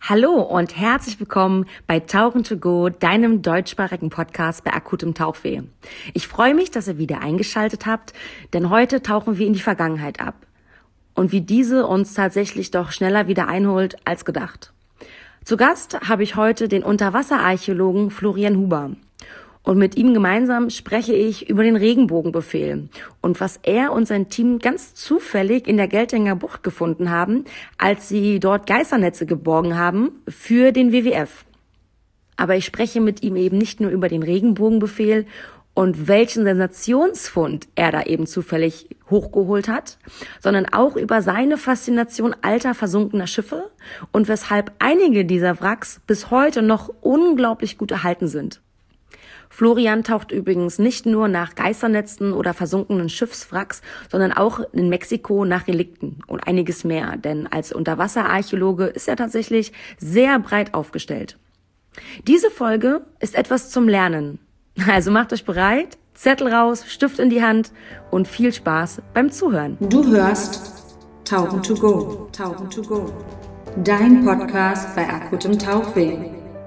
Hallo und herzlich willkommen bei Tauchen to Go, deinem deutschsprachigen Podcast bei akutem Tauchweh. Ich freue mich, dass ihr wieder eingeschaltet habt, denn heute tauchen wir in die Vergangenheit ab und wie diese uns tatsächlich doch schneller wieder einholt als gedacht. Zu Gast habe ich heute den Unterwasserarchäologen Florian Huber. Und mit ihm gemeinsam spreche ich über den Regenbogenbefehl und was er und sein Team ganz zufällig in der Geltinger Bucht gefunden haben, als sie dort Geisternetze geborgen haben für den WWF. Aber ich spreche mit ihm eben nicht nur über den Regenbogenbefehl und welchen Sensationsfund er da eben zufällig hochgeholt hat, sondern auch über seine Faszination alter versunkener Schiffe und weshalb einige dieser Wracks bis heute noch unglaublich gut erhalten sind. Florian taucht übrigens nicht nur nach Geisternetzen oder versunkenen Schiffswracks, sondern auch in Mexiko nach Relikten und einiges mehr, denn als Unterwasserarchäologe ist er tatsächlich sehr breit aufgestellt. Diese Folge ist etwas zum Lernen. Also macht euch bereit, Zettel raus, Stift in die Hand und viel Spaß beim Zuhören. Du hörst Tauchen to Go, Tauchen to Go, dein Podcast bei akutem Tauchweh.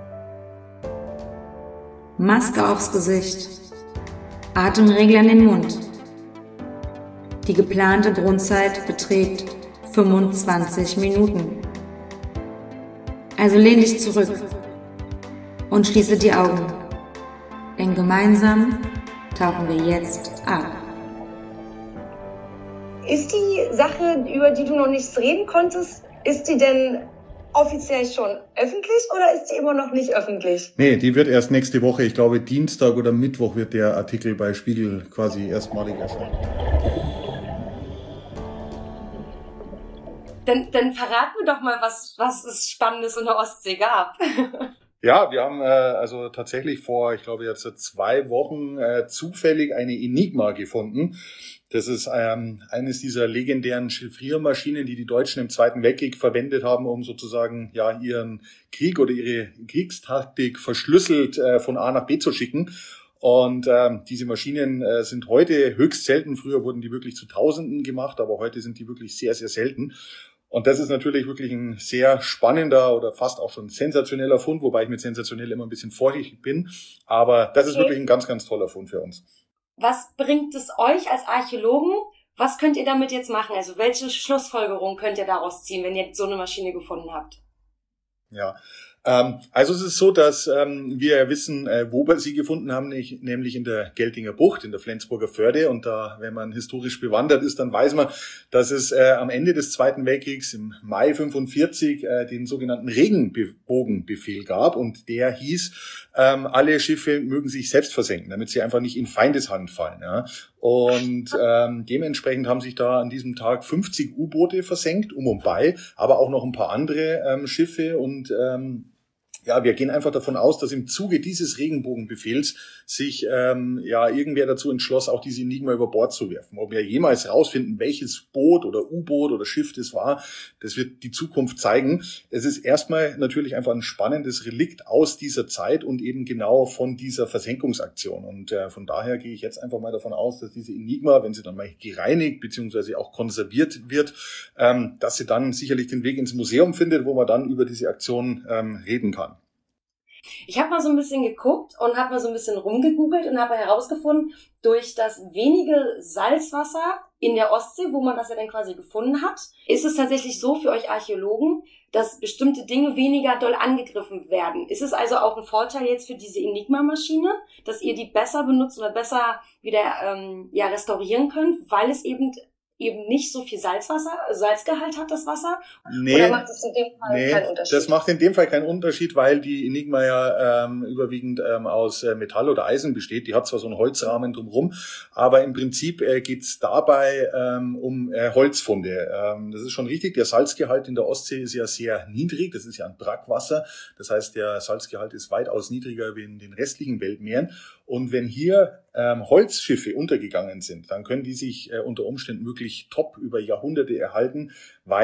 Maske aufs Gesicht, Atemregler in den Mund. Die geplante Grundzeit beträgt 25 Minuten. Also lehn dich zurück und schließe die Augen, denn gemeinsam tauchen wir jetzt ab. Ist die Sache, über die du noch nichts reden konntest, ist die denn offiziell schon öffentlich oder ist die immer noch nicht öffentlich? Nee, die wird erst nächste Woche, ich glaube Dienstag oder Mittwoch wird der Artikel bei Spiegel quasi erstmalig erscheinen. Dann verrat mir doch mal, was es Spannendes in der Ostsee gab. Ja, wir haben also tatsächlich vor, ich glaube jetzt 2 Wochen zufällig eine Enigma gefunden. Das ist eines dieser legendären Chiffriermaschinen, die die Deutschen im Zweiten Weltkrieg verwendet haben, um sozusagen ja ihren Krieg oder ihre Kriegstaktik verschlüsselt von A nach B zu schicken. Und diese Maschinen sind heute höchst selten. Früher wurden die wirklich zu Tausenden gemacht, aber heute sind die wirklich sehr, sehr selten. Und das ist natürlich wirklich ein sehr spannender oder fast auch schon sensationeller Fund, wobei ich mit sensationell immer ein bisschen vorsichtig bin. Aber das ist wirklich ein ganz, ganz toller Fund für uns. Was bringt es euch als Archäologen? Was könnt ihr damit jetzt machen? Also welche Schlussfolgerung könnt ihr daraus ziehen, wenn ihr so eine Maschine gefunden habt? Ja, also es ist so, dass wir wissen, wo wir sie gefunden haben, nämlich in der Geltinger Bucht, in der Flensburger Förde. Und da, wenn man historisch bewandert ist, dann weiß man, dass es am Ende des Zweiten Weltkriegs im Mai 45 den sogenannten Regenbogenbefehl gab. Und der hieß, alle Schiffe mögen sich selbst versenken, damit sie einfach nicht in Feindeshand fallen. Ja. Und dementsprechend haben sich da an diesem Tag 50 U-Boote versenkt, und bei, aber auch noch ein paar andere Schiffe. Und ja, wir gehen einfach davon aus, dass im Zuge dieses Regenbogenbefehls sich irgendwer dazu entschloss, auch diese Enigma über Bord zu werfen. Ob wir jemals rausfinden, welches Boot oder U-Boot oder Schiff das war, das wird die Zukunft zeigen. Es ist erstmal natürlich einfach ein spannendes Relikt aus dieser Zeit und eben genau von dieser Versenkungsaktion. Und von daher gehe ich jetzt einfach mal davon aus, dass diese Enigma, wenn sie dann mal gereinigt bzw. auch konserviert wird, dass sie dann sicherlich den Weg ins Museum findet, wo man dann über diese Aktion reden kann. Ich habe mal so ein bisschen geguckt und habe mal so ein bisschen rumgegoogelt und habe herausgefunden, durch das wenige Salzwasser in der Ostsee, wo man das ja dann quasi gefunden hat, ist es tatsächlich so für euch Archäologen, dass bestimmte Dinge weniger doll angegriffen werden. Ist es also auch ein Vorteil jetzt für diese Enigma-Maschine, dass ihr die besser benutzt oder besser wieder restaurieren könnt, weil es eben nicht so viel Salzgehalt hat, das Wasser? Nee, oder macht es in dem Fall keinen Unterschied? Das macht in dem Fall keinen Unterschied, weil die Enigma ja überwiegend aus Metall oder Eisen besteht. Die hat zwar so einen Holzrahmen drumherum, aber im Prinzip geht's dabei um Holzfunde. Das ist schon richtig, der Salzgehalt in der Ostsee ist ja sehr niedrig. Das ist ja ein Brackwasser. Das heißt, der Salzgehalt ist weitaus niedriger wie in den restlichen Weltmeeren. Und wenn hier Holzschiffe untergegangen sind, dann können die sich unter Umständen wirklich top über Jahrhunderte erhalten, weil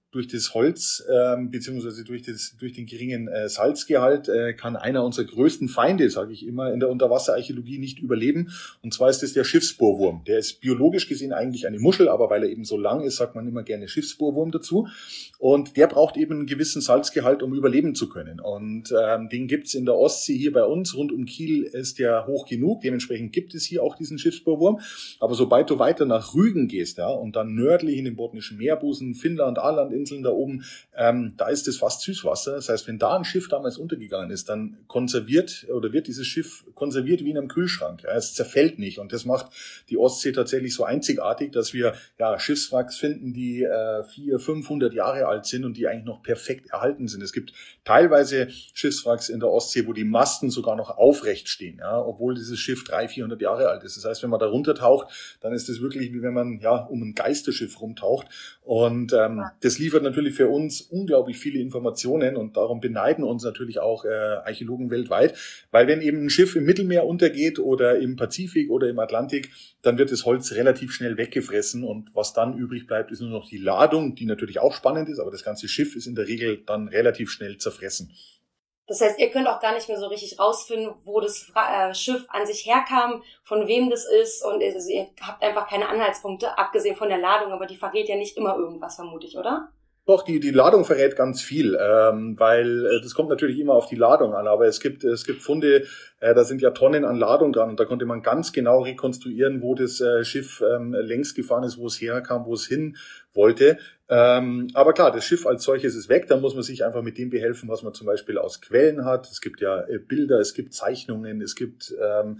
durch das Holz beziehungsweise durch den geringen Salzgehalt kann einer unserer größten Feinde, sage ich immer, in der Unterwasserarchäologie nicht überleben. Und zwar ist es der Schiffsbohrwurm. Der ist biologisch gesehen eigentlich eine Muschel, aber weil er eben so lang ist, sagt man immer gerne Schiffsbohrwurm dazu. Und der braucht eben einen gewissen Salzgehalt, um überleben zu können. Und den gibt's in der Ostsee hier bei uns. Rund um Kiel ist der hoch genug. Dementsprechend gibt es hier auch diesen Schiffsbohrwurm. Aber sobald du weiter nach Rügen gehst, ja, und dann nördlich in den Botnischen Meerbusen, Finnland, Ålandinseln da oben, da ist es fast Süßwasser. Das heißt, wenn da ein Schiff damals untergegangen ist, dann wird dieses Schiff konserviert wie in einem Kühlschrank. Ja, es zerfällt nicht. Und das macht die Ostsee tatsächlich so einzigartig, dass wir Schiffswracks finden, die 400, 500 Jahre alt sind und die eigentlich noch perfekt erhalten sind. Es gibt teilweise Schiffswracks in der Ostsee, wo die Masten sogar noch aufrecht stehen, ja, obwohl dieses Schiff 300, 400 Jahre alt ist. Das heißt, wenn man da runtertaucht, dann ist es wirklich wie wenn man um ein Geisterschiff rumtaucht. Und das liefert natürlich für uns unglaublich viele Informationen und darum beneiden uns natürlich auch Archäologen weltweit, weil wenn eben ein Schiff im Mittelmeer untergeht oder im Pazifik oder im Atlantik, dann wird das Holz relativ schnell weggefressen und was dann übrig bleibt, ist nur noch die Ladung, die natürlich auch spannend ist, aber das ganze Schiff ist in der Regel dann relativ schnell zerfressen. Das heißt, ihr könnt auch gar nicht mehr so richtig rausfinden, wo das Schiff an sich herkam, von wem das ist und also ihr habt einfach keine Anhaltspunkte, abgesehen von der Ladung, aber die verrät ja nicht immer irgendwas, vermute ich, oder? Doch, die Ladung verrät ganz viel, weil das kommt natürlich immer auf die Ladung an, aber es gibt Funde, da sind ja Tonnen an Ladung dran und da konnte man ganz genau rekonstruieren, wo das Schiff längst gefahren ist, wo es herkam, wo es hin wollte. Aber klar, das Schiff als solches ist weg, dann muss man sich einfach mit dem behelfen, was man zum Beispiel aus Quellen hat. Es gibt ja Bilder, es gibt Zeichnungen, es gibt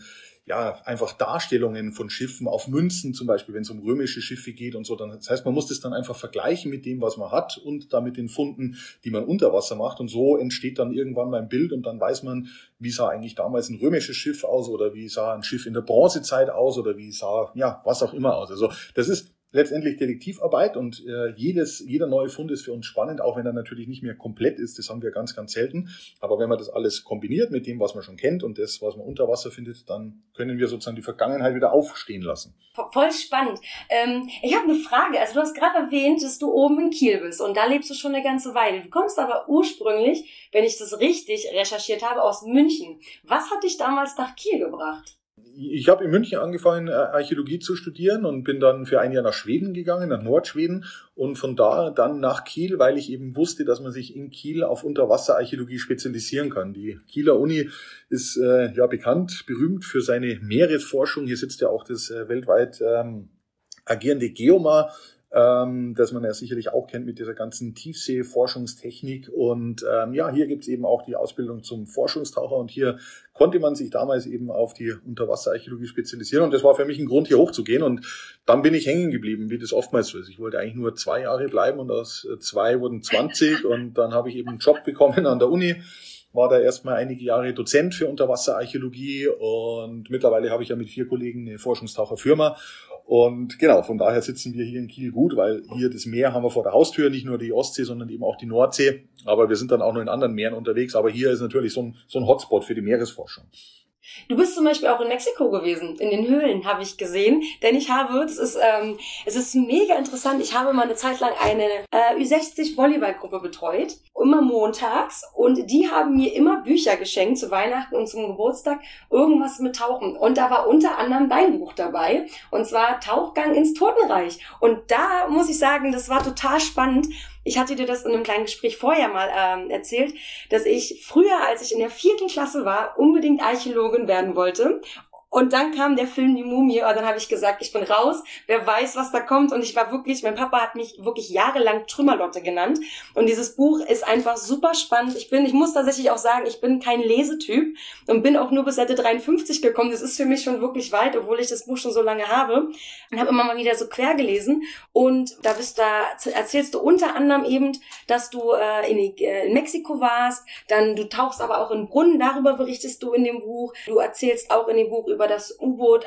einfach Darstellungen von Schiffen auf Münzen zum Beispiel, wenn es um römische Schiffe geht und so. Das heißt, man muss das dann einfach vergleichen mit dem, was man hat und da mit den Funden, die man unter Wasser macht. Und so entsteht dann irgendwann mal ein Bild und dann weiß man, wie sah eigentlich damals ein römisches Schiff aus oder wie sah ein Schiff in der Bronzezeit aus oder wie sah, was auch immer aus. Also das ist letztendlich Detektivarbeit und jeder neue Fund ist für uns spannend, auch wenn er natürlich nicht mehr komplett ist, das haben wir ganz, ganz selten. Aber wenn man das alles kombiniert mit dem, was man schon kennt und das, was man unter Wasser findet, dann können wir sozusagen die Vergangenheit wieder aufstehen lassen. Voll spannend. Ich habe eine Frage. Also du hast gerade erwähnt, dass du oben in Kiel bist und da lebst du schon eine ganze Weile. Du kommst aber ursprünglich, wenn ich das richtig recherchiert habe, aus München. Was hat dich damals nach Kiel gebracht? Ich habe in München angefangen, Archäologie zu studieren und bin dann für ein Jahr nach Schweden gegangen, nach Nordschweden und von da dann nach Kiel, weil ich eben wusste, dass man sich in Kiel auf Unterwasserarchäologie spezialisieren kann. Die Kieler Uni ist bekannt, berühmt für seine Meeresforschung. Hier sitzt ja auch das weltweit agierende GEOMA, das man ja sicherlich auch kennt mit dieser ganzen Tiefseeforschungstechnik. Und hier gibt's eben auch die Ausbildung zum Forschungstaucher und hier konnte man sich damals eben auf die Unterwasserarchäologie spezialisieren und das war für mich ein Grund, hier hochzugehen und dann bin ich hängen geblieben, wie das oftmals so ist. Ich wollte eigentlich nur 2 Jahre bleiben und aus 2 wurden 20 und dann habe ich eben einen Job bekommen an der Uni, war da erstmal einige Jahre Dozent für Unterwasserarchäologie und mittlerweile habe ich ja mit 4 Kollegen eine Forschungstaucherfirma. Und genau, von daher sitzen wir hier in Kiel gut, weil hier das Meer haben wir vor der Haustür, nicht nur die Ostsee, sondern eben auch die Nordsee. Aber wir sind dann auch noch in anderen Meeren unterwegs. Aber hier ist natürlich so ein Hotspot für die Meeresforschung. Du bist zum Beispiel auch in Mexiko gewesen, in den Höhlen habe ich gesehen, denn es ist mega interessant, ich habe mal eine Zeit lang eine Ü60-Volleyballgruppe betreut, immer montags und die haben mir immer Bücher geschenkt zu Weihnachten und zum Geburtstag, irgendwas mit Tauchen und da war unter anderem dein Buch dabei und zwar Tauchgang ins Totenreich und da muss ich sagen, das war total spannend. Ich hatte dir das in einem kleinen Gespräch vorher mal erzählt, dass ich früher, als ich in der 4. Klasse war, unbedingt Archäologin werden wollte. Und dann kam der Film Die Mumie und dann habe ich gesagt, ich bin raus, wer weiß, was da kommt. Und ich war wirklich, mein Papa hat mich wirklich jahrelang Trümmerlotte genannt. Und dieses Buch ist einfach super spannend. Ich muss tatsächlich auch sagen, ich bin kein Lesetyp und bin auch nur bis Seite 53 gekommen. Das ist für mich schon wirklich weit, obwohl ich das Buch schon so lange habe. Und habe immer mal wieder so quer gelesen. Und da erzählst du unter anderem eben, dass du in Mexiko warst. Dann du tauchst aber auch in Brunnen, darüber berichtest du in dem Buch. Du erzählst auch in dem Buch über das U-Boot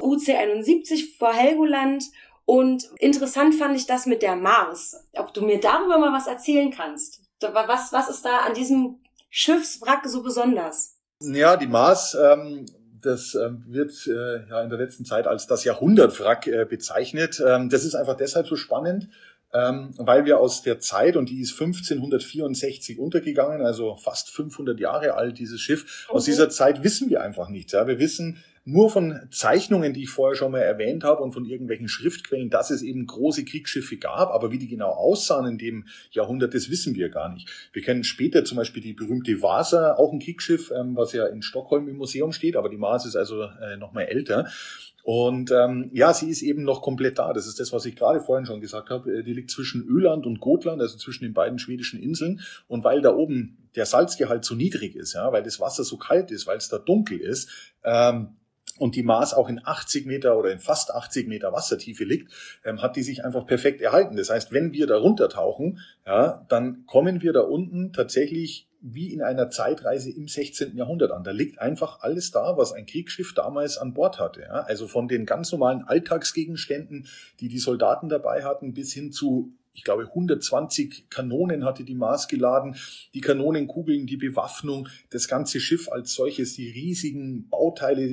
UC-71 vor Helgoland und interessant fand ich das mit der Mars. Ob du mir darüber mal was erzählen kannst? Was ist da an diesem Schiffswrack so besonders? Ja, die Mars, das wird in der letzten Zeit als das Jahrhundertwrack bezeichnet. Das ist einfach deshalb so spannend, weil wir aus der Zeit, und die ist 1564 untergegangen, also fast 500 Jahre alt, dieses Schiff, aus dieser Zeit wissen wir einfach nichts. Ja. Wir wissen nur von Zeichnungen, die ich vorher schon mal erwähnt habe, und von irgendwelchen Schriftquellen, dass es eben große Kriegsschiffe gab, aber wie die genau aussahen in dem Jahrhundert, das wissen wir gar nicht. Wir kennen später zum Beispiel die berühmte Vasa, auch ein Kriegsschiff, was ja in Stockholm im Museum steht, aber die Maas ist also noch mal älter. Und sie ist eben noch komplett da. Das ist das, was ich gerade vorhin schon gesagt habe. Die liegt zwischen Öland und Gotland, also zwischen den beiden schwedischen Inseln. Und weil da oben der Salzgehalt so niedrig ist, ja, weil das Wasser so kalt ist, weil es da dunkel ist, und die Maas auch in 80 Meter oder in fast 80 Meter Wassertiefe liegt, hat die sich einfach perfekt erhalten. Das heißt, wenn wir da runtertauchen, ja, dann kommen wir da unten tatsächlich wie in einer Zeitreise im 16. Jahrhundert an. Da liegt einfach alles da, was ein Kriegsschiff damals an Bord hatte. Ja. Also von den ganz normalen Alltagsgegenständen, die die Soldaten dabei hatten, bis hin zu, ich glaube, 120 Kanonen hatte die Maas geladen, die Kanonenkugeln, die Bewaffnung, das ganze Schiff als solches, die riesigen Bauteile,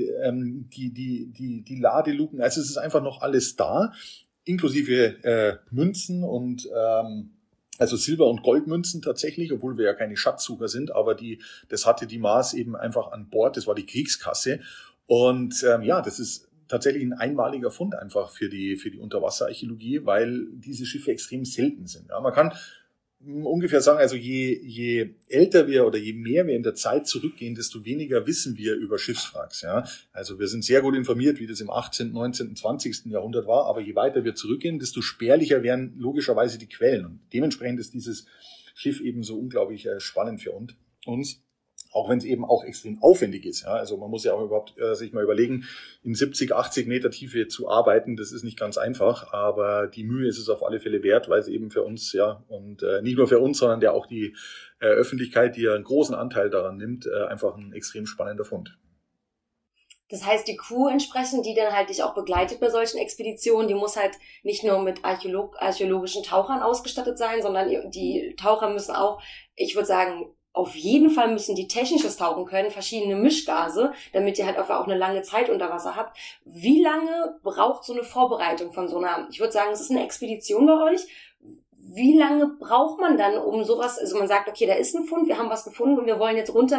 die Ladeluken. Also es ist einfach noch alles da, inklusive Münzen und also Silber- und Goldmünzen tatsächlich, obwohl wir ja keine Schatzsucher sind, aber das hatte die Maas eben einfach an Bord, das war die Kriegskasse. Und das ist tatsächlich ein einmaliger Fund einfach für die Unterwasserarchäologie, weil diese Schiffe extrem selten sind. Ja, man kann ungefähr sagen, also je älter wir oder je mehr wir in der Zeit zurückgehen, desto weniger wissen wir über Schiffswracks. Ja. Also wir sind sehr gut informiert, wie das im 18., 19., 20. Jahrhundert war, aber je weiter wir zurückgehen, desto spärlicher werden logischerweise die Quellen. Und dementsprechend ist dieses Schiff eben so unglaublich spannend für uns. Auch wenn es eben auch extrem aufwendig ist. Ja. Also man muss ja auch überhaupt sich mal überlegen, in 70, 80 Meter Tiefe zu arbeiten, das ist nicht ganz einfach, aber die Mühe ist es auf alle Fälle wert, weil es eben für uns, ja, und nicht nur für uns, sondern ja auch die Öffentlichkeit, die ja einen großen Anteil daran nimmt, einfach ein extrem spannender Fund. Das heißt, die Crew entsprechend, die dann halt dich auch begleitet bei solchen Expeditionen, die muss halt nicht nur mit archäologischen Tauchern ausgestattet sein, sondern die Taucher müssen auch, ich würde sagen, auf jeden Fall müssen die technisches Tauchen können, verschiedene Mischgase, damit ihr halt auch eine lange Zeit unter Wasser habt. Wie lange braucht so eine Vorbereitung von so einer, ich würde sagen, es ist eine Expedition bei euch. Wie lange braucht man dann, um sowas, also man sagt, okay, da ist ein Fund, wir haben was gefunden und wir wollen jetzt runter,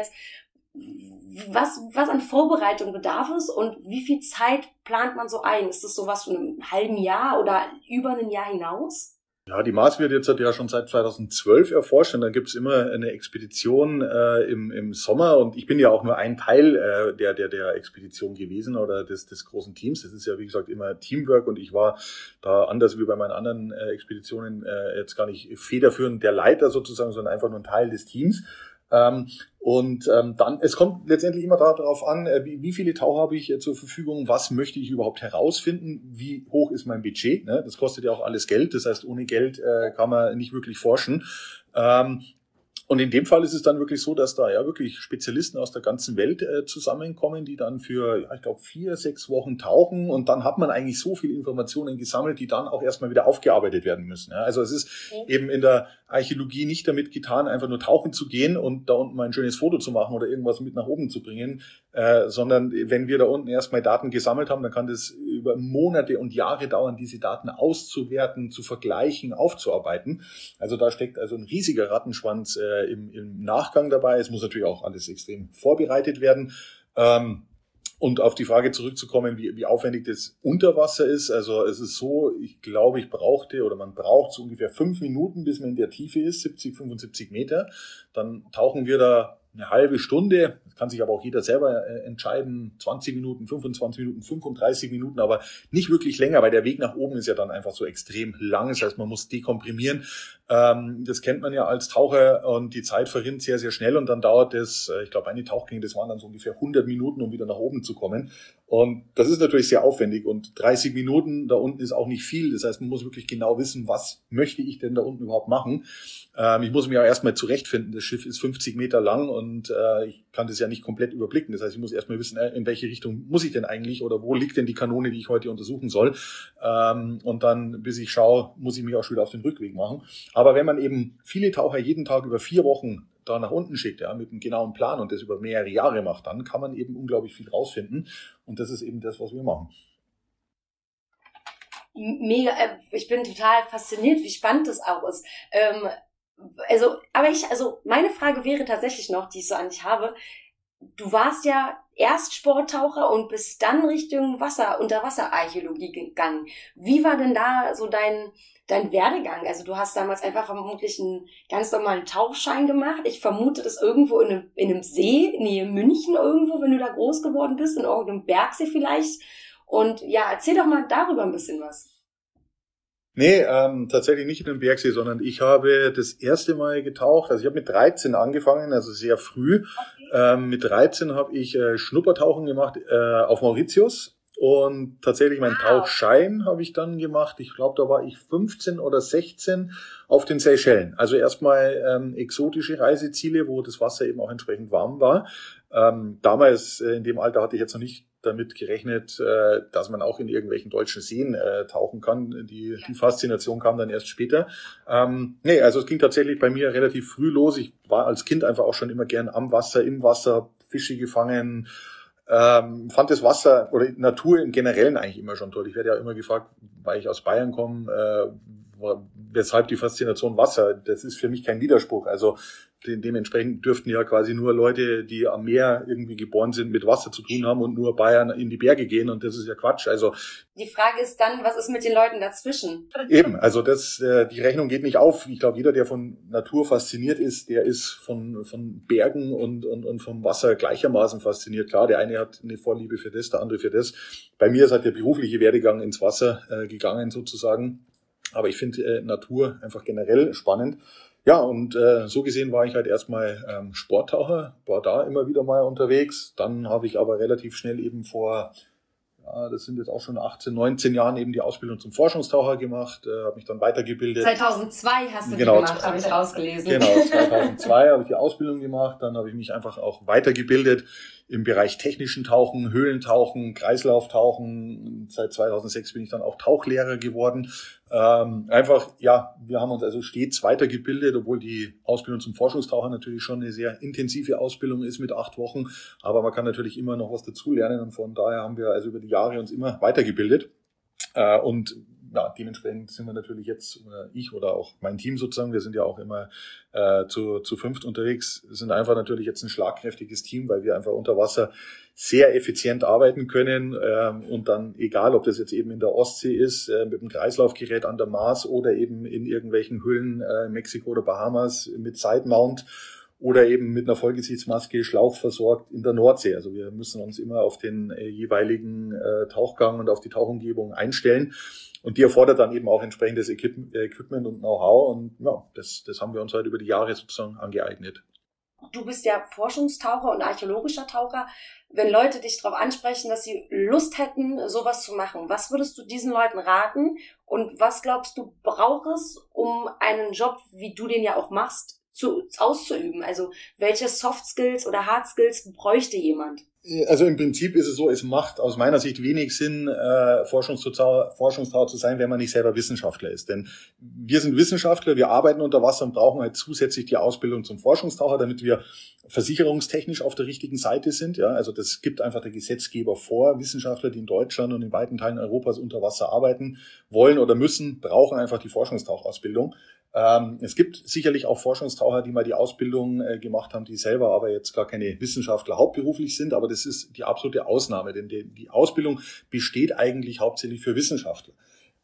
was an Vorbereitung bedarf es und wie viel Zeit plant man so ein? Ist das sowas von einem halben Jahr oder über ein Jahr hinaus? Ja, die Maas wird jetzt ja schon seit 2012 erforscht und dann gibt's immer eine Expedition im Sommer und ich bin ja auch nur ein Teil der Expedition gewesen oder des großen Teams. Das ist ja, wie gesagt, immer Teamwork und ich war da anders wie bei meinen anderen Expeditionen jetzt gar nicht federführend der Leiter sozusagen, sondern einfach nur ein Teil des Teams. Dann, es kommt letztendlich immer darauf an, wie viele Taucher habe ich zur Verfügung, was möchte ich überhaupt herausfinden, wie hoch ist mein Budget, ne? Das kostet ja auch alles Geld, das heißt, ohne Geld kann man nicht wirklich forschen. Und in dem Fall ist es dann wirklich so, dass da ja wirklich Spezialisten aus der ganzen Welt zusammenkommen, die dann für, ich glaube, 4-6 Wochen tauchen und dann hat man eigentlich so viele Informationen gesammelt, die dann auch erstmal wieder aufgearbeitet werden müssen. Ja, also es ist eben in der Archäologie nicht damit getan, einfach nur tauchen zu gehen und da unten mal ein schönes Foto zu machen oder irgendwas mit nach oben zu bringen, sondern wenn wir da unten erstmal Daten gesammelt haben, dann kann das über Monate und Jahre dauern, diese Daten auszuwerten, zu vergleichen, aufzuarbeiten. Also da steckt also ein riesiger Rattenschwanz im Nachgang dabei. Es muss natürlich auch alles extrem vorbereitet werden. Und auf die Frage zurückzukommen, wie aufwendig das Unterwasser ist. Also es ist so, ich glaube, man braucht so ungefähr 5 Minuten, bis man in der Tiefe ist, 70, 75 Meter. Dann tauchen wir da eine halbe Stunde, das kann sich aber auch jeder selber entscheiden, 20 Minuten, 25 Minuten, 35 Minuten, aber nicht wirklich länger, weil der Weg nach oben ist ja dann einfach so extrem lang, das heißt, man muss dekomprimieren. Das kennt man ja als Taucher und die Zeit verrinnt sehr, sehr schnell und dann dauert es, ich glaube, eine Tauchgänge, das waren dann so ungefähr 100 Minuten, um wieder nach oben zu kommen. Und das ist natürlich sehr aufwendig und 30 Minuten da unten ist auch nicht viel, das heißt, man muss wirklich genau wissen, was möchte ich denn da unten überhaupt machen. Ich muss mich auch erstmal zurechtfinden. Das Schiff ist 50 Meter lang und ich kann das ja nicht komplett überblicken. Das heißt, ich muss erstmal wissen, in welche Richtung muss ich denn eigentlich oder wo liegt denn die Kanone, die ich heute untersuchen soll. Und dann, bis ich schaue, muss ich mich auch schon wieder auf den Rückweg machen. Aber wenn man eben viele Taucher jeden Tag über 4 Wochen da nach unten schickt, ja, mit einem genauen Plan und das über mehrere Jahre macht, dann kann man eben unglaublich viel rausfinden. Und das ist eben das, was wir machen. Mega, ich bin total fasziniert, wie spannend das auch ist. Meine Frage wäre tatsächlich noch, die ich so an dich habe. Du warst ja erst Sporttaucher und bist dann Richtung Unterwasserarchäologie gegangen. Wie war denn da so dein Werdegang? Also du hast damals einfach vermutlich einen ganz normalen Tauchschein gemacht. Ich vermute, das irgendwo in einem See, nähe München irgendwo, wenn du da groß geworden bist, in irgendeinem Bergsee vielleicht. Und ja, erzähl doch mal darüber ein bisschen was. Nee, tatsächlich nicht in den Bergsee, sondern ich habe das erste Mal getaucht. Also ich habe mit 13 angefangen, also sehr früh. Okay. Mit 13 habe ich Schnuppertauchen gemacht auf Mauritius. Und tatsächlich meinen Tauchschein habe ich dann gemacht. Ich glaube, da war ich 15 oder 16 auf den Seychellen. Also erstmal exotische Reiseziele, wo das Wasser eben auch entsprechend warm war. Damals, in dem Alter, hatte ich jetzt noch nicht damit gerechnet, dass man auch in irgendwelchen deutschen Seen tauchen kann. Die Faszination kam dann erst später. Also es ging tatsächlich bei mir relativ früh los. Ich war als Kind einfach auch schon immer gern am Wasser, im Wasser, Fische gefangen. Fand das Wasser oder Natur im Generellen eigentlich immer schon toll. Ich werde ja immer gefragt, weil ich aus Bayern komme, weshalb die Faszination Wasser. Das ist für mich kein Widerspruch. Also dementsprechend dürften ja quasi nur Leute, die am Meer irgendwie geboren sind, mit Wasser zu tun haben und nur Bayern in die Berge gehen, und das ist ja Quatsch. Also die Frage ist dann, was ist mit den Leuten dazwischen? Eben, also die Rechnung geht nicht auf. Ich glaube, jeder, der von Natur fasziniert ist, der ist von Bergen und vom Wasser gleichermaßen fasziniert. Klar, der eine hat eine Vorliebe für das, der andere für das. Bei mir ist halt der berufliche Werdegang ins Wasser gegangen sozusagen. Aber ich finde Natur einfach generell spannend. Ja, und so gesehen war ich halt erstmal Sporttaucher, war da immer wieder mal unterwegs. Dann habe ich aber relativ schnell eben das sind jetzt auch schon 18, 19 Jahren eben die Ausbildung zum Forschungstaucher gemacht, habe mich dann weitergebildet. 2002 hast du die gemacht, habe ich rausgelesen. Genau, 2002 habe ich die Ausbildung gemacht, dann habe ich mich einfach auch weitergebildet im Bereich technischen Tauchen, Höhlentauchen, Kreislauftauchen. Seit 2006 bin ich dann auch Tauchlehrer geworden. Wir haben uns also stets weitergebildet, obwohl die Ausbildung zum Forschungstaucher natürlich schon eine sehr intensive Ausbildung ist mit 8 Wochen. Aber man kann natürlich immer noch was dazulernen, und von daher haben wir also über die Jahre uns immer weitergebildet. Dementsprechend sind wir natürlich jetzt, ich oder auch mein Team sozusagen, wir sind ja auch immer zu 5 unterwegs, sind einfach natürlich jetzt ein schlagkräftiges Team, weil wir einfach unter Wasser sehr effizient arbeiten können, und dann, egal ob das jetzt eben in der Ostsee ist, mit dem Kreislaufgerät an der Mars oder eben in irgendwelchen Höhlen Mexiko oder Bahamas mit Sidemount oder eben mit einer Vollgesichtsmaske Schlauch versorgt in der Nordsee. Also wir müssen uns immer auf den jeweiligen Tauchgang und auf die Tauchumgebung einstellen. Und die erfordert dann eben auch entsprechendes Equipment und Know-how. Und ja, das haben wir uns halt über die Jahre sozusagen angeeignet. Du bist ja Forschungstaucher und archäologischer Taucher. Wenn Leute dich darauf ansprechen, dass sie Lust hätten, sowas zu machen, was würdest du diesen Leuten raten? Und was glaubst du, braucht es, um einen Job, wie du den ja auch machst, auszuüben? Also welche Soft Skills oder Hard Skills bräuchte jemand? Also im Prinzip ist es so, es macht aus meiner Sicht wenig Sinn, Forschungstaucher zu sein, wenn man nicht selber Wissenschaftler ist. Denn wir sind Wissenschaftler, wir arbeiten unter Wasser und brauchen halt zusätzlich die Ausbildung zum Forschungstaucher, damit wir versicherungstechnisch auf der richtigen Seite sind. Ja, also das gibt einfach der Gesetzgeber vor. Wissenschaftler, die in Deutschland und in weiten Teilen Europas unter Wasser arbeiten wollen oder müssen, brauchen einfach die Forschungstauchausbildung. Es gibt sicherlich auch Forschungstaucher, die mal die Ausbildung gemacht haben, die selber aber jetzt gar keine Wissenschaftler hauptberuflich sind, aber das ist die absolute Ausnahme, denn die Ausbildung besteht eigentlich hauptsächlich für Wissenschaftler.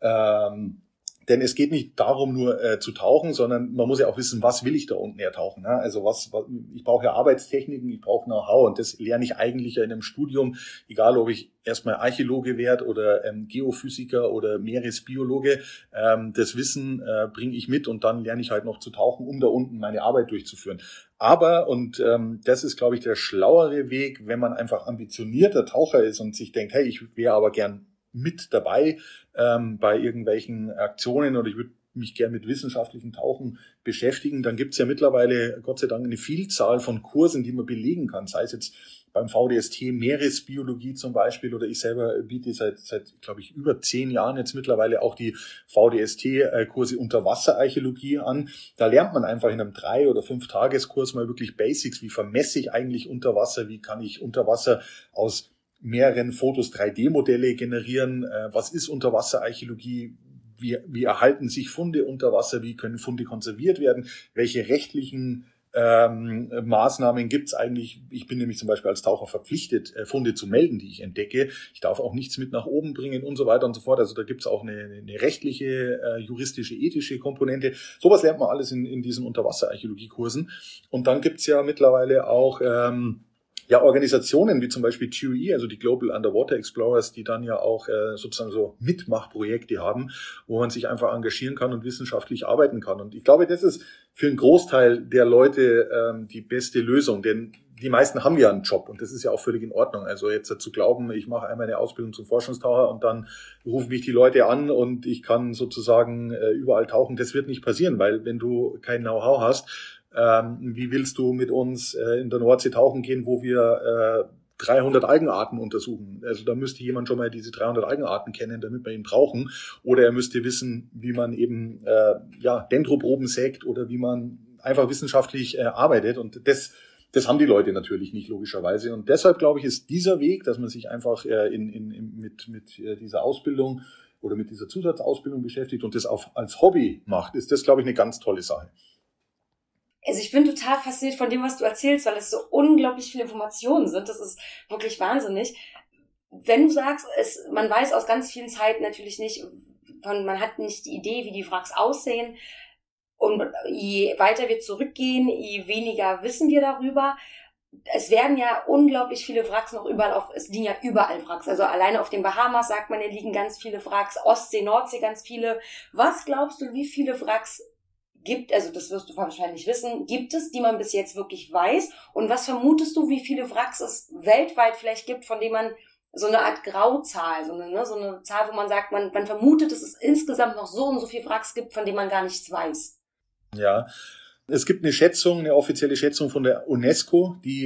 Denn es geht nicht darum, nur zu tauchen, sondern man muss ja auch wissen, was will ich da unten ertauchen. Ja? Also ich brauche ja Arbeitstechniken, ich brauche Know-how, und das lerne ich eigentlich ja in einem Studium, egal ob ich erstmal Archäologe werde oder Geophysiker oder Meeresbiologe. Das Wissen bringe ich mit, und dann lerne ich halt noch zu tauchen, um da unten meine Arbeit durchzuführen. Aber, und das ist, glaube ich, der schlauere Weg, wenn man einfach ambitionierter Taucher ist und sich denkt, hey, ich wäre aber gern mit dabei bei irgendwelchen Aktionen, oder ich würde mich gern mit wissenschaftlichen Tauchen beschäftigen, dann gibt's ja mittlerweile Gott sei Dank eine Vielzahl von Kursen, die man belegen kann, sei es jetzt beim VDST Meeresbiologie zum Beispiel, oder ich selber biete seit glaube ich, über 10 Jahren jetzt mittlerweile auch die VDST-Kurse Unterwasserarchäologie an. Da lernt man einfach in einem 3- oder 5-Tageskurs mal wirklich Basics, wie vermesse ich eigentlich unter Wasser, wie kann ich unter Wasser aus mehreren Fotos 3D-Modelle generieren. Was ist Unterwasserarchäologie? Wie erhalten sich Funde unter Wasser? Wie können Funde konserviert werden? Welche rechtlichen Maßnahmen gibt's eigentlich? Ich bin nämlich zum Beispiel als Taucher verpflichtet, Funde zu melden, die ich entdecke. Ich darf auch nichts mit nach oben bringen und so weiter und so fort. Also da gibt's auch eine rechtliche, juristische, ethische Komponente. Sowas lernt man alles in diesen Unterwasserarchäologiekursen. Und dann gibt's ja mittlerweile auch Organisationen wie zum Beispiel GOE, also die Global Underwater Explorers, die dann ja auch sozusagen so Mitmachprojekte haben, wo man sich einfach engagieren kann und wissenschaftlich arbeiten kann. Und ich glaube, das ist für einen Großteil der Leute die beste Lösung, denn die meisten haben ja einen Job und das ist ja auch völlig in Ordnung. Also jetzt zu glauben, ich mache einmal eine Ausbildung zum Forschungstaucher und dann rufen mich die Leute an und ich kann sozusagen überall tauchen, das wird nicht passieren, weil wenn du kein Know-how hast, wie willst du mit uns in der Nordsee tauchen gehen, wo wir 300 Algenarten untersuchen? Also da müsste jemand schon mal diese 300 Algenarten kennen, damit wir ihn brauchen. Oder er müsste wissen, wie man eben Dendroproben sägt oder wie man einfach wissenschaftlich arbeitet. Und das haben die Leute natürlich nicht, logischerweise. Und deshalb, glaube ich, ist dieser Weg, dass man sich einfach mit dieser Ausbildung oder mit dieser Zusatzausbildung beschäftigt und das auch als Hobby macht, ist das, glaube ich, eine ganz tolle Sache. Also ich bin total fasziniert von dem, was du erzählst, weil es so unglaublich viele Informationen sind. Das ist wirklich wahnsinnig. Wenn du sagst, man weiß aus ganz vielen Zeiten natürlich nicht, man hat nicht die Idee, wie die Wracks aussehen. Und je weiter wir zurückgehen, je weniger wissen wir darüber. Es werden ja unglaublich viele Wracks noch es liegen ja überall Wracks. Also alleine auf den Bahamas sagt man, da liegen ganz viele Wracks, Ostsee, Nordsee ganz viele. Was glaubst du, wie viele Wracks gibt, also das wirst du wahrscheinlich wissen, gibt es, die man bis jetzt wirklich weiß? Und was vermutest du, wie viele Wracks es weltweit vielleicht gibt, von denen man so eine Art Grauzahl, so eine Zahl, wo man sagt, man vermutet, dass es insgesamt noch so und so viele Wracks gibt, von denen man gar nichts weiß? Ja, es gibt eine offizielle Schätzung von der UNESCO, die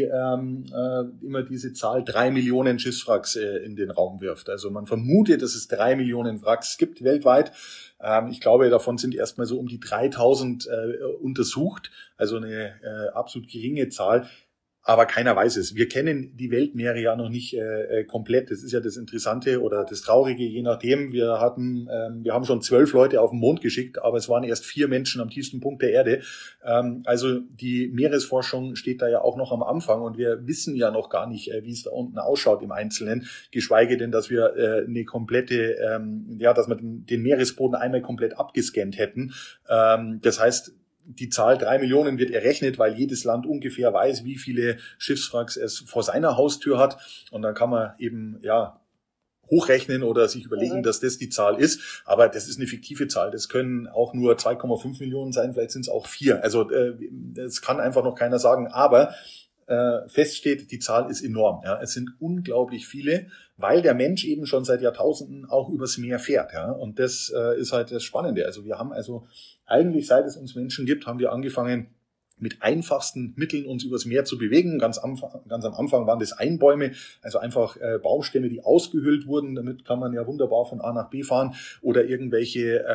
immer diese Zahl 3 Millionen Schiffswracks in den Raum wirft. Also man vermutet, dass es 3 Millionen Wracks gibt weltweit. Ich glaube, davon sind erstmal so um die 3000 untersucht, also eine absolut geringe Zahl. Aber keiner weiß es. Wir kennen die Weltmeere ja noch nicht komplett. Das ist ja das Interessante oder das Traurige, je nachdem. Wir haben schon 12 Leute auf den Mond geschickt, aber es waren erst 4 Menschen am tiefsten Punkt der Erde. Also die Meeresforschung steht da ja auch noch am Anfang und wir wissen ja noch gar nicht, wie es da unten ausschaut im Einzelnen. Geschweige denn, dass wir eine komplette, dass wir den Meeresboden einmal komplett abgescannt hätten. Das heißt, die Zahl 3 Millionen wird errechnet, weil jedes Land ungefähr weiß, wie viele Schiffswracks es vor seiner Haustür hat. Und dann kann man eben, hochrechnen oder sich überlegen, dass das die Zahl ist. Aber das ist eine fiktive Zahl. Das können auch nur 2,5 Millionen sein, vielleicht sind es auch 4. Also das kann einfach noch keiner sagen. Aber fest steht, die Zahl ist enorm. Ja. Es sind unglaublich viele, weil der Mensch eben schon seit Jahrtausenden auch übers Meer fährt. Ja. Und das ist halt das Spannende. Also wir haben eigentlich, seit es uns Menschen gibt, haben wir angefangen, mit einfachsten Mitteln uns übers Meer zu bewegen. Ganz am Anfang waren das Einbäume, also einfach Baumstämme, die ausgehöhlt wurden. Damit kann man ja wunderbar von A nach B fahren. Oder irgendwelche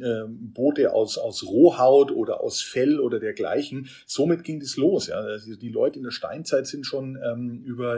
Boote aus Rohhaut oder aus Fell oder dergleichen. Somit ging das los. Ja. Also die Leute in der Steinzeit sind schon über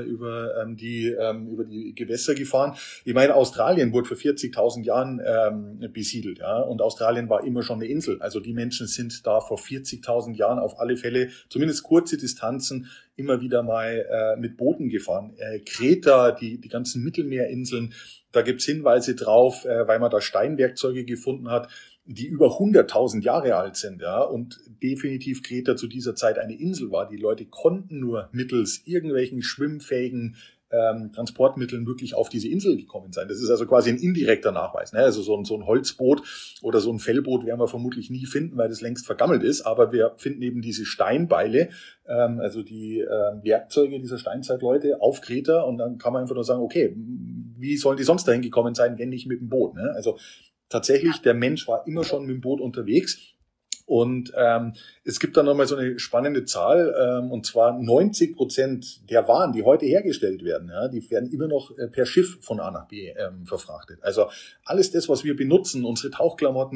die Gewässer gefahren. Ich meine, Australien wurde vor 40.000 Jahren besiedelt. Ja. Und Australien war immer schon eine Insel. Also die Menschen sind da vor 40.000 Jahren auf alle Fälle, zumindest kurze Distanzen, immer wieder mal mit Booten gefahren. Kreta, die ganzen Mittelmeerinseln, da gibt's Hinweise drauf, weil man da Steinwerkzeuge gefunden hat, die über 100.000 Jahre alt sind, ja, und definitiv Kreta zu dieser Zeit eine Insel war. Die Leute konnten nur mittels irgendwelchen schwimmfähigen Transportmitteln wirklich auf diese Insel gekommen sein. Das ist also quasi ein indirekter Nachweis. Ne? Also so ein Holzboot oder so ein Fellboot werden wir vermutlich nie finden, weil das längst vergammelt ist. Aber wir finden eben diese Steinbeile, also die Werkzeuge dieser Steinzeitleute auf Kreta. Und dann kann man einfach nur sagen, okay, wie sollen die sonst dahin gekommen sein, wenn nicht mit dem Boot? Ne? Also tatsächlich, der Mensch war immer schon mit dem Boot unterwegs. Und es gibt dann nochmal so eine spannende Zahl, und zwar 90% der Waren, die heute hergestellt werden, ja, die werden immer noch per Schiff von A nach B verfrachtet. Also alles das, was wir benutzen, unsere Tauchklamotten,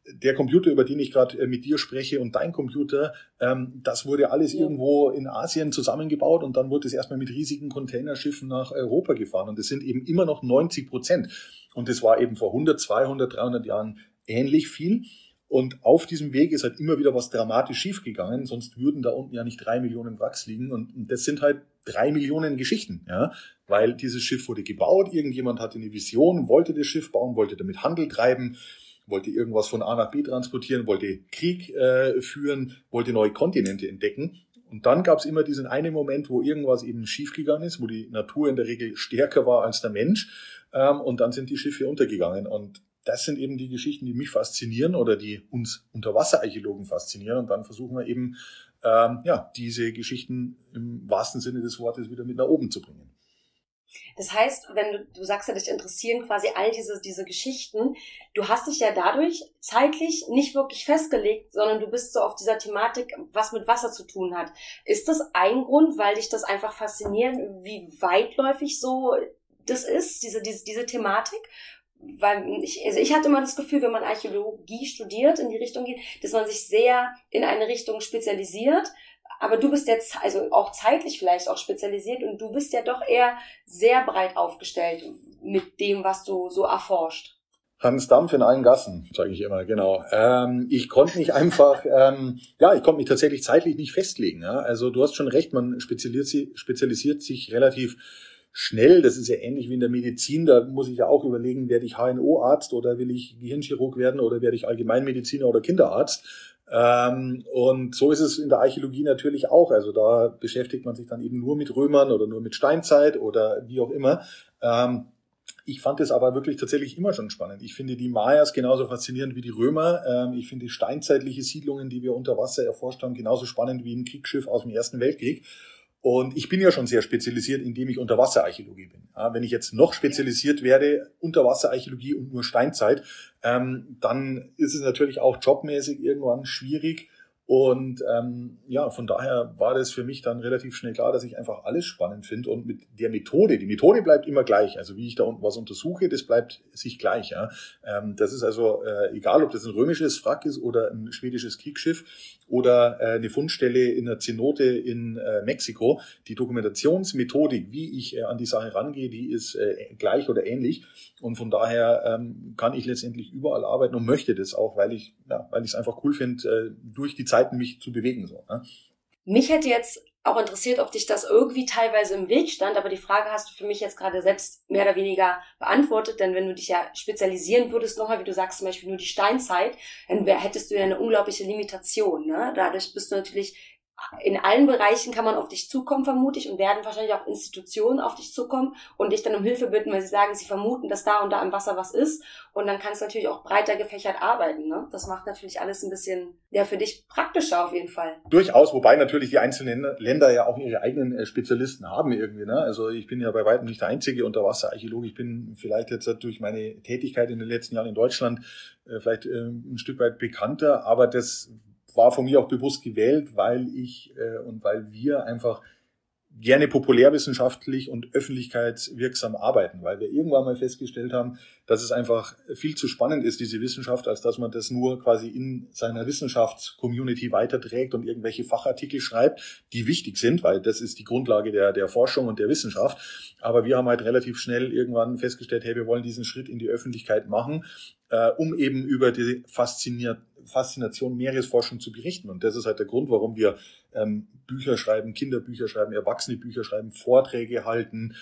der Computer, über den ich gerade mit dir spreche und dein Computer, das wurde alles irgendwo in Asien zusammengebaut und dann wurde es erstmal mit riesigen Containerschiffen nach Europa gefahren und es sind eben immer noch 90%. Und das war eben vor 100, 200, 300 Jahren ähnlich viel. Und auf diesem Weg ist halt immer wieder was dramatisch schiefgegangen, sonst würden da unten ja nicht 3 Millionen Wracks liegen. Und das sind halt 3 Millionen Geschichten, ja, weil dieses Schiff wurde gebaut, irgendjemand hatte eine Vision, wollte das Schiff bauen, wollte damit Handel treiben, wollte irgendwas von A nach B transportieren, wollte Krieg führen, wollte neue Kontinente entdecken. Und dann gab es immer diesen einen Moment, wo irgendwas eben schiefgegangen ist, wo die Natur in der Regel stärker war als der Mensch. Und dann sind die Schiffe untergegangen. Und das sind eben die Geschichten, die mich faszinieren oder die uns Unterwasserarchäologen faszinieren. Und dann versuchen wir eben, diese Geschichten im wahrsten Sinne des Wortes wieder mit nach oben zu bringen. Das heißt, wenn du sagst ja, dich interessieren quasi all diese Geschichten, du hast dich ja dadurch zeitlich nicht wirklich festgelegt, sondern du bist so auf dieser Thematik, was mit Wasser zu tun hat. Ist das ein Grund, weil dich das einfach fasziniert, wie weitläufig so das ist, diese Thematik? Weil ich hatte immer das Gefühl, wenn man Archäologie studiert, in die Richtung geht, dass man sich sehr in eine Richtung spezialisiert. Aber du bist jetzt also auch zeitlich vielleicht auch spezialisiert und du bist ja doch eher sehr breit aufgestellt mit dem, was du so erforscht. Hans Dampf in allen Gassen, sage ich immer, genau. Ich konnte mich einfach, ich konnte mich tatsächlich zeitlich nicht festlegen. Ja? Also du hast schon recht, man spezialisiert sich relativ schnell. Das ist ja ähnlich wie in der Medizin. Da muss ich ja auch überlegen, werde ich HNO-Arzt oder will ich Gehirnchirurg werden oder werde ich Allgemeinmediziner oder Kinderarzt? Und so ist es in der Archäologie natürlich auch. Also da beschäftigt man sich dann eben nur mit Römern oder nur mit Steinzeit oder wie auch immer. Ich fand es aber wirklich tatsächlich immer schon spannend. Ich finde die Mayas genauso faszinierend wie die Römer. Ich finde steinzeitliche Siedlungen, die wir unter Wasser erforscht haben, genauso spannend wie ein Kriegsschiff aus dem Ersten Weltkrieg. Und ich bin ja schon sehr spezialisiert, indem ich Unterwasserarchäologie bin. Ja, wenn ich jetzt noch spezialisiert werde, Unterwasserarchäologie und nur Steinzeit, dann ist es natürlich auch jobmäßig irgendwann schwierig. Und von daher war das für mich dann relativ schnell klar, dass ich einfach alles spannend finde. Und mit der Methode, die Methode bleibt immer gleich. Also wie ich da unten was untersuche, das bleibt sich gleich. Ja. Das ist also egal, ob das ein römisches Wrack ist oder ein schwedisches Kriegsschiff oder eine Fundstelle in einer Zenote in Mexiko. Die Dokumentationsmethodik, wie ich an die Sache rangehe, die ist gleich oder ähnlich. Und von daher kann ich letztendlich überall arbeiten und möchte das auch, weil ich es einfach cool finde, durch die Zeiten mich zu bewegen. So, ne? Mich hätte jetzt auch interessiert, ob dich das irgendwie teilweise im Weg stand, aber die Frage hast du für mich jetzt gerade selbst mehr oder weniger beantwortet, denn wenn du dich ja spezialisieren würdest, nochmal, wie du sagst, zum Beispiel nur die Steinzeit, dann hättest du ja eine unglaubliche Limitation, ne? Dadurch bist du natürlich in allen Bereichen kann man auf dich zukommen, vermute ich, und werden wahrscheinlich auch Institutionen auf dich zukommen und dich dann um Hilfe bitten, weil sie sagen, sie vermuten, dass da und da im Wasser was ist. Und dann kannst du natürlich auch breiter gefächert arbeiten, ne? Das macht natürlich alles ein bisschen, für dich praktischer auf jeden Fall. Durchaus, wobei natürlich die einzelnen Länder ja auch ihre eigenen Spezialisten haben irgendwie, ne? Also ich bin ja bei weitem nicht der einzige Unterwasserarchäologe. Ich bin vielleicht jetzt durch meine Tätigkeit in den letzten Jahren in Deutschland vielleicht ein Stück weit bekannter, aber das war von mir auch bewusst gewählt, weil ich und weil wir einfach gerne populärwissenschaftlich und öffentlichkeitswirksam arbeiten, weil wir irgendwann mal festgestellt haben, dass es einfach viel zu spannend ist, diese Wissenschaft, als dass man das nur quasi in seiner Wissenschaftscommunity weiterträgt und irgendwelche Fachartikel schreibt, die wichtig sind, weil das ist die Grundlage der Forschung und der Wissenschaft. Aber wir haben halt relativ schnell irgendwann festgestellt, hey, wir wollen diesen Schritt in die Öffentlichkeit machen, um eben über die Faszination Meeresforschung zu berichten. Und das ist halt der Grund, warum wir Bücher schreiben, Kinderbücher schreiben, erwachsene Bücher schreiben, Vorträge halten,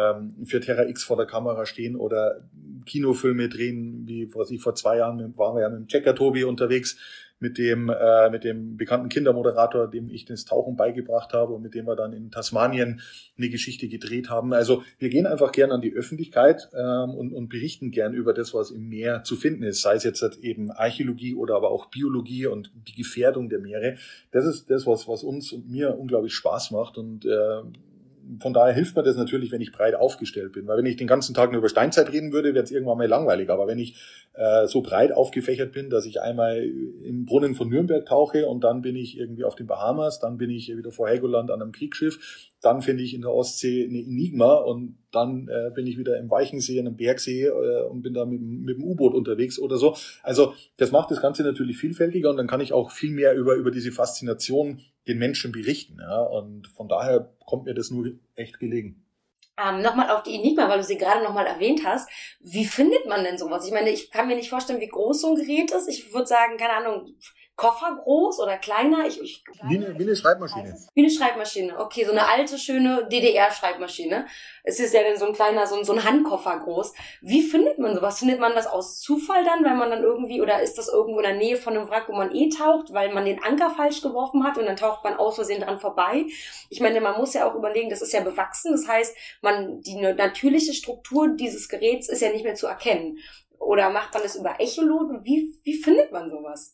für Terra X vor der Kamera stehen oder Kinofilme drehen, wie vor 2 Jahren waren wir ja mit dem Checker Tobi unterwegs, mit dem bekannten Kindermoderator, dem ich das Tauchen beigebracht habe und mit dem wir dann in Tasmanien eine Geschichte gedreht haben. Also wir gehen einfach gern an die Öffentlichkeit und berichten gern über das, was im Meer zu finden ist, sei es jetzt halt eben Archäologie oder aber auch Biologie und die Gefährdung der Meere. Das ist das, was uns und mir unglaublich Spaß macht und von daher hilft mir das natürlich, wenn ich breit aufgestellt bin. Weil wenn ich den ganzen Tag nur über Steinzeit reden würde, wäre es irgendwann mal langweilig. Aber wenn ich so breit aufgefächert bin, dass ich einmal im Brunnen von Nürnberg tauche und dann bin ich irgendwie auf den Bahamas, dann bin ich wieder vor Helgoland an einem Kriegsschiff, dann finde ich in der Ostsee eine Enigma und dann bin ich wieder im Weichensee, in einem Bergsee und bin da mit dem U-Boot unterwegs oder so. Also das macht das Ganze natürlich vielfältiger und dann kann ich auch viel mehr über diese Faszination den Menschen berichten. Ja? Und von daher kommt mir das nur echt gelegen. Nochmal auf die Enigma, weil du sie gerade nochmal erwähnt hast. Wie findet man denn sowas? Ich meine, ich kann mir nicht vorstellen, wie groß so ein Gerät ist. Ich würde sagen, keine Ahnung, Koffer groß oder kleiner? Wie eine Schreibmaschine. Wie eine Schreibmaschine. Okay, so eine alte, schöne DDR-Schreibmaschine. Es ist ja dann so ein kleiner, so ein Handkoffer groß. Wie findet man sowas? Findet man das aus Zufall dann, weil man dann irgendwie, oder ist das irgendwo in der Nähe von einem Wrack, wo man taucht, weil man den Anker falsch geworfen hat und dann taucht man aus Versehen dran vorbei? Ich meine, man muss ja auch überlegen, das ist ja bewachsen. Das heißt, die natürliche Struktur dieses Geräts ist ja nicht mehr zu erkennen. Oder macht man das über Echolot? Wie findet man sowas?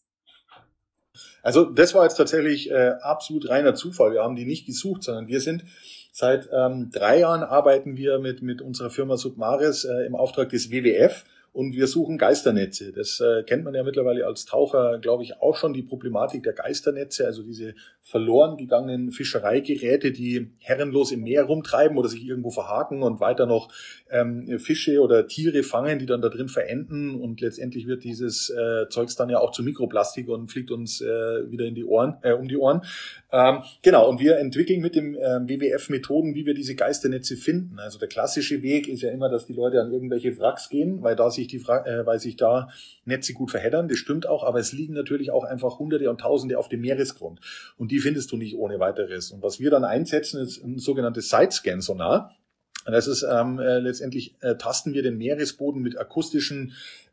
Also das war jetzt tatsächlich absolut reiner Zufall. Wir haben die nicht gesucht, sondern wir sind seit 3 Jahren arbeiten wir mit unserer Firma Submaris im Auftrag des WWF und wir suchen Geisternetze. Das kennt man ja mittlerweile als Taucher, glaube ich, auch schon, die Problematik der Geisternetze, also diese verloren gegangenen Fischereigeräte, die herrenlos im Meer rumtreiben oder sich irgendwo verhaken und weiter noch Fische oder Tiere fangen, die dann da drin verenden und letztendlich wird dieses Zeugs dann ja auch zu Mikroplastik und fliegt uns wieder in die Ohren, um die Ohren. Genau, und wir entwickeln mit dem WWF Methoden, wie wir diese Geisternetze finden. Also der klassische Weg ist ja immer, dass die Leute an irgendwelche Wracks gehen, weil sich da Netze gut verheddern. Das stimmt auch, aber es liegen natürlich auch einfach Hunderte und Tausende auf dem Meeresgrund. Und die findest du nicht ohne weiteres. Und was wir dann einsetzen, ist ein sogenanntes Sidescan-Sonar. Das ist letztendlich tasten wir den Meeresboden mit akustischen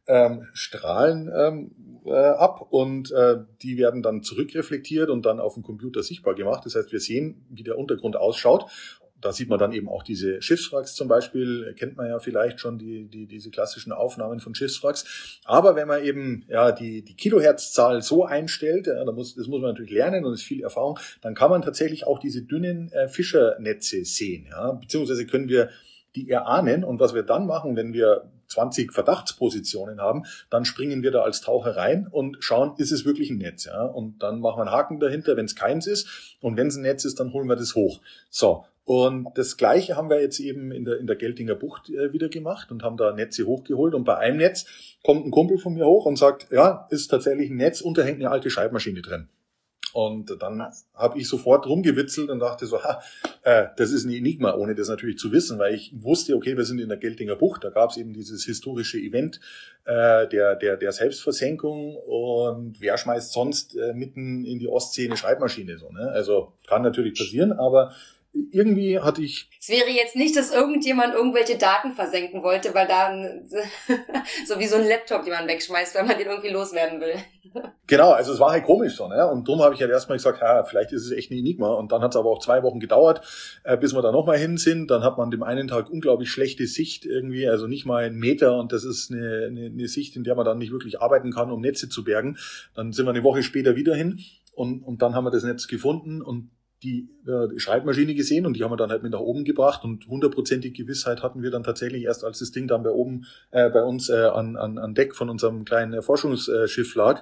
Strahlen ab und die werden dann zurückreflektiert und dann auf dem Computer sichtbar gemacht. Das heißt, wir sehen, wie der Untergrund ausschaut. Da sieht man dann eben auch diese Schiffswracks zum Beispiel, kennt man ja vielleicht schon diese klassischen Aufnahmen von Schiffswracks. Aber wenn man eben die Kilohertzzahl so einstellt, das muss man natürlich lernen und ist viel Erfahrung, dann kann man tatsächlich auch diese dünnen Fischernetze sehen. Ja? Beziehungsweise können wir die erahnen und was wir dann machen, wenn wir 20 Verdachtspositionen haben, dann springen wir da als Taucher rein und schauen, ist es wirklich ein Netz? Ja? Und dann machen wir einen Haken dahinter, wenn es keins ist. Und wenn es ein Netz ist, dann holen wir das hoch. So, und das Gleiche haben wir jetzt eben in der Geltinger Bucht wieder gemacht und haben da Netze hochgeholt. Und bei einem Netz kommt ein Kumpel von mir hoch und sagt, ja, ist tatsächlich ein Netz und da hängt eine alte Schreibmaschine drin. Und dann habe ich sofort rumgewitzelt und dachte so, das ist ein Enigma, ohne das natürlich zu wissen, weil ich wusste, okay, wir sind in der Geltinger Bucht, da gab es eben dieses historische Event der Selbstversenkung und wer schmeißt sonst mitten in die Ostsee eine Schreibmaschine so, ne? Also kann natürlich passieren, aber irgendwie hatte ich... Es wäre jetzt nicht, dass irgendjemand irgendwelche Daten versenken wollte, weil da so wie so ein Laptop, den man wegschmeißt, weil man den irgendwie loswerden will. Genau, also es war halt komisch so, ne? Und darum habe ich halt erstmal gesagt, vielleicht ist es echt ein Enigma. Und dann hat es aber auch 2 Wochen gedauert, bis wir da nochmal hin sind. Dann hat man dem einen Tag unglaublich schlechte Sicht irgendwie, also nicht mal 1 Meter. Und das ist eine Sicht, in der man dann nicht wirklich arbeiten kann, um Netze zu bergen. Dann sind wir eine Woche später wieder hin und dann haben wir das Netz gefunden und die Schreibmaschine gesehen und die haben wir dann halt mit nach oben gebracht und 100%ige Gewissheit hatten wir dann tatsächlich erst, als das Ding dann bei uns an Deck von unserem kleinen Forschungsschiff lag,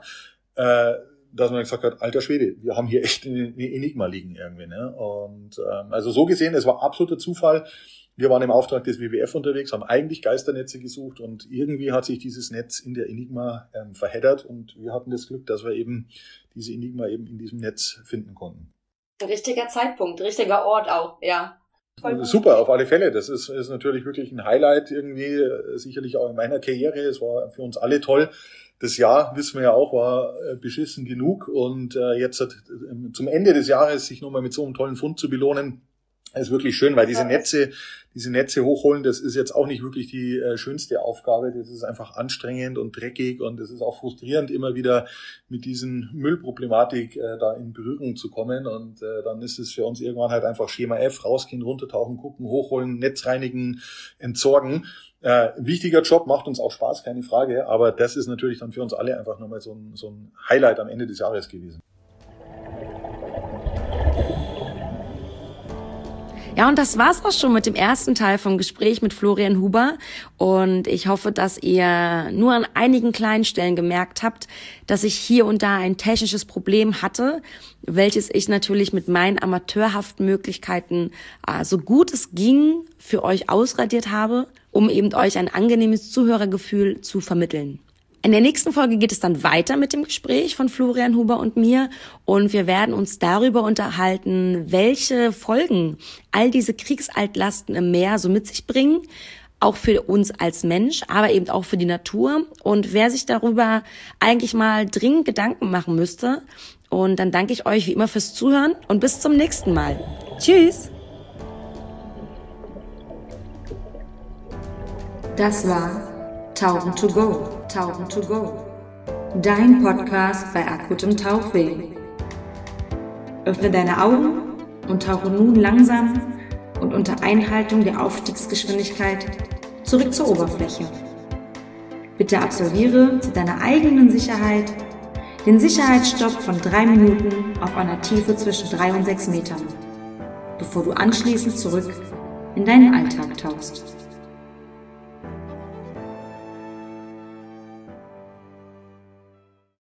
dass man gesagt hat, alter Schwede, wir haben hier echt eine Enigma liegen irgendwie. Ne? Und also so gesehen, es war absoluter Zufall. Wir waren im Auftrag des WWF unterwegs, haben eigentlich Geisternetze gesucht und irgendwie hat sich dieses Netz in der Enigma verheddert und wir hatten das Glück, dass wir eben diese Enigma eben in diesem Netz finden konnten. Richtiger Zeitpunkt, richtiger Ort auch, ja. Super, auf alle Fälle. Das ist natürlich wirklich ein Highlight irgendwie, sicherlich auch in meiner Karriere. Es war für uns alle toll. Das Jahr, wissen wir ja auch, war beschissen genug und jetzt zum Ende des Jahres sich nochmal mit so einem tollen Fund zu belohnen, ist wirklich schön, weil diese Netze hochholen, das ist jetzt auch nicht wirklich die schönste Aufgabe. Das ist einfach anstrengend und dreckig und es ist auch frustrierend, immer wieder mit diesen Müllproblematik da in Berührung zu kommen. Und dann ist es für uns irgendwann halt einfach Schema F, rausgehen, runtertauchen, gucken, hochholen, Netz reinigen, entsorgen. Wichtiger Job, macht uns auch Spaß, keine Frage. Aber das ist natürlich dann für uns alle einfach nochmal so ein Highlight am Ende des Jahres gewesen. Ja, und das war's auch schon mit dem ersten Teil vom Gespräch mit Florian Huber. Und ich hoffe, dass ihr nur an einigen kleinen Stellen gemerkt habt, dass ich hier und da ein technisches Problem hatte, welches ich natürlich mit meinen amateurhaften Möglichkeiten so gut es ging für euch ausradiert habe, um eben euch ein angenehmes Zuhörergefühl zu vermitteln. In der nächsten Folge geht es dann weiter mit dem Gespräch von Florian Huber und mir und wir werden uns darüber unterhalten, welche Folgen all diese Kriegsaltlasten im Meer so mit sich bringen, auch für uns als Mensch, aber eben auch für die Natur und wer sich darüber eigentlich mal dringend Gedanken machen müsste. Und dann danke ich euch wie immer fürs Zuhören und bis zum nächsten Mal. Tschüss! Das war Tauchen to go, Tauchen to go. Dein Podcast bei akutem Tauchweh. Öffne deine Augen und tauche nun langsam und unter Einhaltung der Aufstiegsgeschwindigkeit zurück zur Oberfläche. Bitte absolviere zu deiner eigenen Sicherheit den Sicherheitsstopp von 3 Minuten auf einer Tiefe zwischen 3 und 6 Metern, bevor du anschließend zurück in deinen Alltag tauchst.